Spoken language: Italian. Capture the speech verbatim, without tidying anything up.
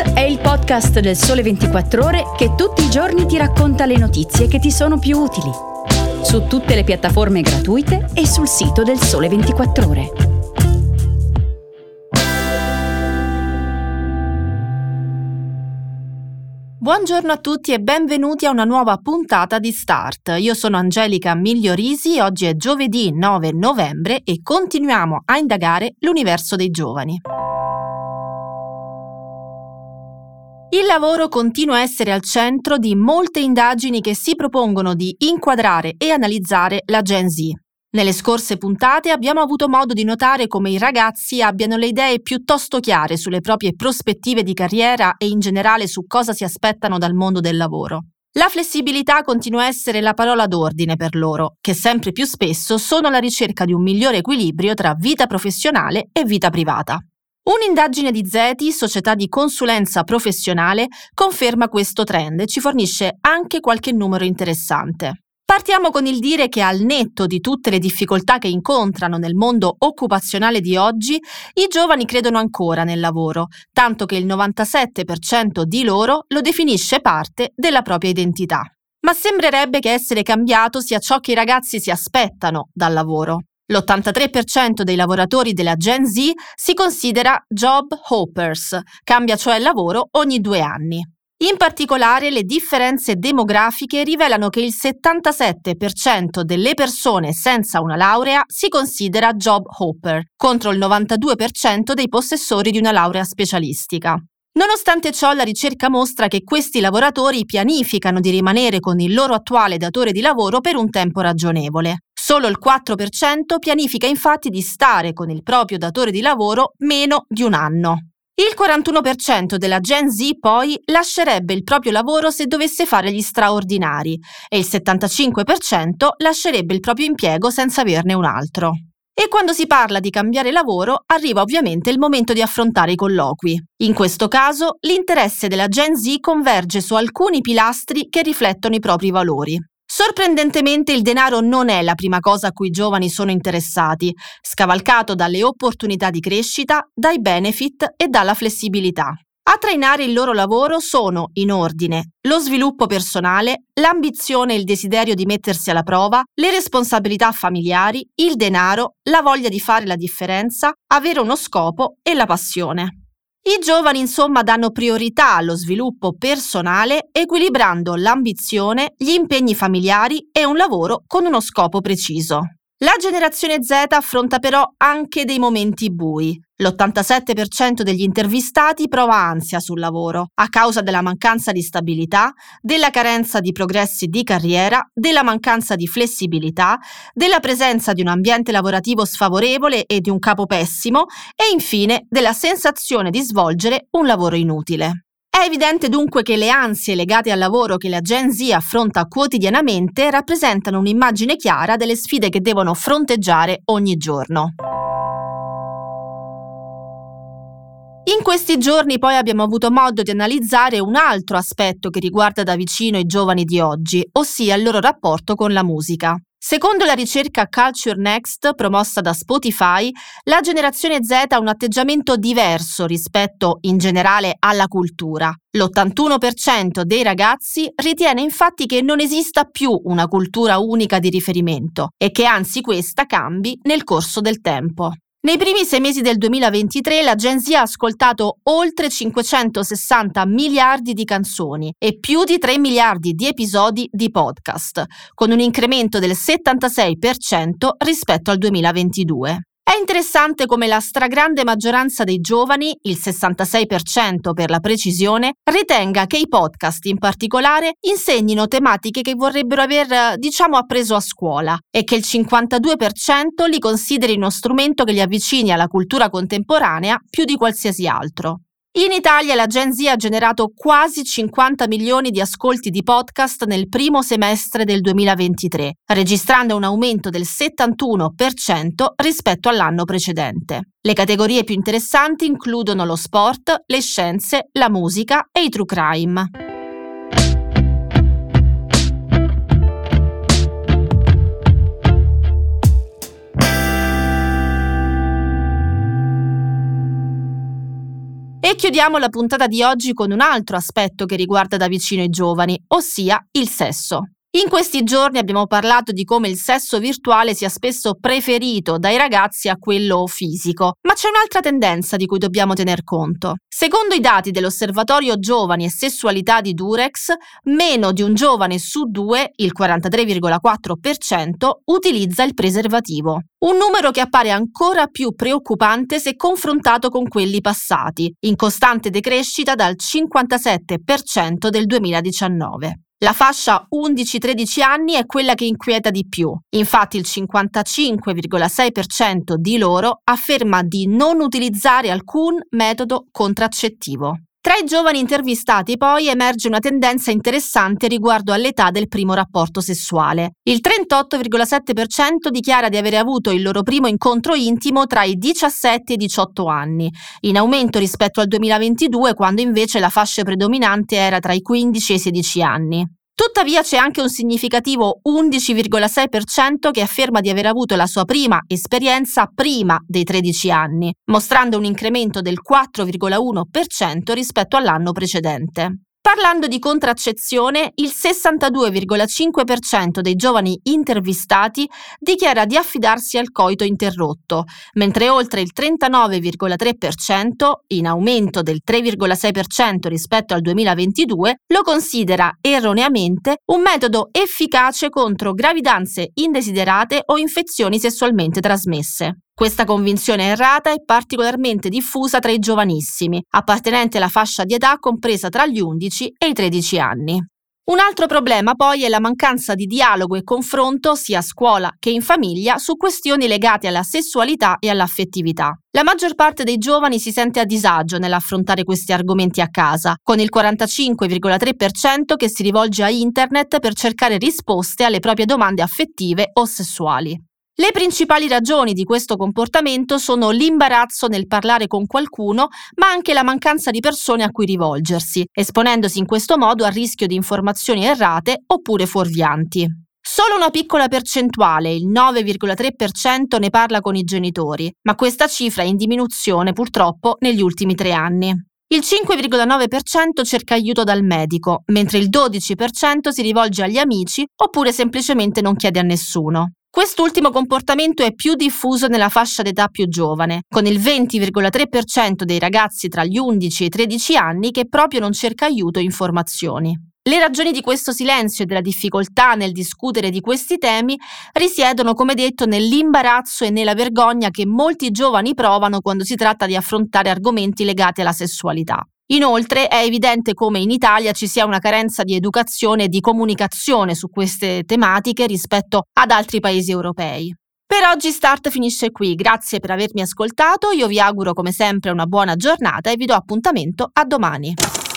Start è il podcast del Sole ventiquattro Ore che tutti i giorni ti racconta le notizie che ti sono più utili. Su tutte le piattaforme gratuite e sul sito del Sole ventiquattro Ore. Buongiorno a tutti e benvenuti a una nuova puntata di Start. Io sono Angelica Migliorisi, oggi è giovedì nove novembre e continuiamo a indagare l'universo dei giovani. Il lavoro continua a essere al centro di molte indagini che si propongono di inquadrare e analizzare la Gen Z. Nelle scorse puntate abbiamo avuto modo di notare come i ragazzi abbiano le idee piuttosto chiare sulle proprie prospettive di carriera e in generale su cosa si aspettano dal mondo del lavoro. La flessibilità continua a essere la parola d'ordine per loro, che sempre più spesso sono alla ricerca di un migliore equilibrio tra vita professionale e vita privata. Un'indagine di Zeti, società di consulenza professionale, conferma questo trend e ci fornisce anche qualche numero interessante. Partiamo con il dire che al netto di tutte le difficoltà che incontrano nel mondo occupazionale di oggi, i giovani credono ancora nel lavoro, tanto che il novantasette per cento di loro lo definisce parte della propria identità. Ma sembrerebbe che essere cambiato sia ciò che i ragazzi si aspettano dal lavoro. L'ottantatré per cento dei lavoratori della Gen Z si considera job hoppers, cambia cioè lavoro ogni due anni. In particolare, le differenze demografiche rivelano che il settantasette per cento delle persone senza una laurea si considera job hopper, contro il novantadue per cento dei possessori di una laurea specialistica. Nonostante ciò, la ricerca mostra che questi lavoratori pianificano di rimanere con il loro attuale datore di lavoro per un tempo ragionevole. Solo il quattro per cento pianifica infatti di stare con il proprio datore di lavoro meno di un anno. Il quarantuno per cento della Gen Z poi lascerebbe il proprio lavoro se dovesse fare gli straordinari e il settantacinque per cento lascerebbe il proprio impiego senza averne un altro. E quando si parla di cambiare lavoro, arriva ovviamente il momento di affrontare i colloqui. In questo caso, l'interesse della Gen Z converge su alcuni pilastri che riflettono i propri valori. Sorprendentemente il denaro non è la prima cosa a cui i giovani sono interessati, scavalcato dalle opportunità di crescita, dai benefit e dalla flessibilità. A trainare il loro lavoro sono, in ordine, lo sviluppo personale, l'ambizione e il desiderio di mettersi alla prova, le responsabilità familiari, il denaro, la voglia di fare la differenza, avere uno scopo e la passione. I giovani insomma danno priorità allo sviluppo personale equilibrando l'ambizione, gli impegni familiari e un lavoro con uno scopo preciso. La generazione Z affronta però anche dei momenti bui. L'ottantasette per cento degli intervistati prova ansia sul lavoro a causa della mancanza di stabilità, della carenza di progressi di carriera, della mancanza di flessibilità, della presenza di un ambiente lavorativo sfavorevole e di un capo pessimo e infine della sensazione di svolgere un lavoro inutile. È evidente dunque che le ansie legate al lavoro che la Gen Z affronta quotidianamente rappresentano un'immagine chiara delle sfide che devono fronteggiare ogni giorno. In questi giorni poi abbiamo avuto modo di analizzare un altro aspetto che riguarda da vicino i giovani di oggi, ossia il loro rapporto con la musica. Secondo la ricerca Culture Next promossa da Spotify, la generazione Z ha un atteggiamento diverso rispetto, in generale, alla cultura. L'ottantuno per cento dei ragazzi ritiene infatti che non esista più una cultura unica di riferimento e che anzi questa cambi nel corso del tempo. Nei primi sei mesi del duemilaventitré la Gen Z ha ascoltato oltre cinquecentosessanta miliardi di canzoni e più di tre miliardi di episodi di podcast, con un incremento del settantasei per cento rispetto al duemilaventidue. È interessante come la stragrande maggioranza dei giovani, il sessantasei per cento per la precisione, ritenga che i podcast in particolare insegnino tematiche che vorrebbero aver, diciamo, appreso a scuola e che il cinquantadue per cento li consideri uno strumento che li avvicini alla cultura contemporanea più di qualsiasi altro. In Italia la Gen Z ha generato quasi cinquanta milioni di ascolti di podcast nel primo semestre del duemilaventitré, registrando un aumento del settantuno per cento rispetto all'anno precedente. Le categorie più interessanti includono lo sport, le scienze, la musica e i true crime. E chiudiamo la puntata di oggi con un altro aspetto che riguarda da vicino i giovani, ossia il sesso. In questi giorni abbiamo parlato di come il sesso virtuale sia spesso preferito dai ragazzi a quello fisico, ma c'è un'altra tendenza di cui dobbiamo tener conto. Secondo i dati dell'Osservatorio Giovani e Sessualità di Durex, meno di un giovane su due, il quarantatré virgola quattro per cento, utilizza il preservativo. Un numero che appare ancora più preoccupante se confrontato con quelli passati, in costante decrescita dal cinquantasette per cento del duemiladiciannove. La fascia undici tredici anni è quella che inquieta di più. Infatti il cinquantacinque virgola sei per cento di loro afferma di non utilizzare alcun metodo contraccettivo. Tra i giovani intervistati poi emerge una tendenza interessante riguardo all'età del primo rapporto sessuale. Il trentotto virgola sette per cento dichiara di avere avuto il loro primo incontro intimo tra i diciassette e i diciotto anni, in aumento rispetto al duemilaventidue, quando invece la fascia predominante era tra i quindici e i sedici anni. Tuttavia c'è anche un significativo undici virgola sei per cento che afferma di aver avuto la sua prima esperienza prima dei tredici anni, mostrando un incremento del quattro virgola uno per cento rispetto all'anno precedente. Parlando di contraccezione, il sessantadue virgola cinque per cento dei giovani intervistati dichiara di affidarsi al coito interrotto, mentre oltre il trentanove virgola tre per cento, in aumento del tre virgola sei per cento rispetto al duemilaventidue, lo considera erroneamente un metodo efficace contro gravidanze indesiderate o infezioni sessualmente trasmesse. Questa convinzione errata è particolarmente diffusa tra i giovanissimi, appartenenti alla fascia di età compresa tra gli undici e i tredici anni. Un altro problema poi è la mancanza di dialogo e confronto sia a scuola che in famiglia su questioni legate alla sessualità e all'affettività. La maggior parte dei giovani si sente a disagio nell'affrontare questi argomenti a casa, con il quarantacinque virgola tre per cento che si rivolge a internet per cercare risposte alle proprie domande affettive o sessuali. Le principali ragioni di questo comportamento sono l'imbarazzo nel parlare con qualcuno, ma anche la mancanza di persone a cui rivolgersi, esponendosi in questo modo al rischio di informazioni errate oppure fuorvianti. Solo una piccola percentuale, il nove virgola tre per cento, ne parla con i genitori, ma questa cifra è in diminuzione purtroppo negli ultimi tre anni. Il cinque virgola nove per cento cerca aiuto dal medico, mentre il dodici per cento si rivolge agli amici oppure semplicemente non chiede a nessuno. Quest'ultimo comportamento è più diffuso nella fascia d'età più giovane, con il venti virgola tre per cento dei ragazzi tra gli undici e i tredici anni che proprio non cerca aiuto e informazioni. Le ragioni di questo silenzio e della difficoltà nel discutere di questi temi risiedono, come detto, nell'imbarazzo e nella vergogna che molti giovani provano quando si tratta di affrontare argomenti legati alla sessualità. Inoltre è evidente come in Italia ci sia una carenza di educazione e di comunicazione su queste tematiche rispetto ad altri paesi europei. Per oggi Start finisce qui, grazie per avermi ascoltato, io vi auguro come sempre una buona giornata e vi do appuntamento a domani.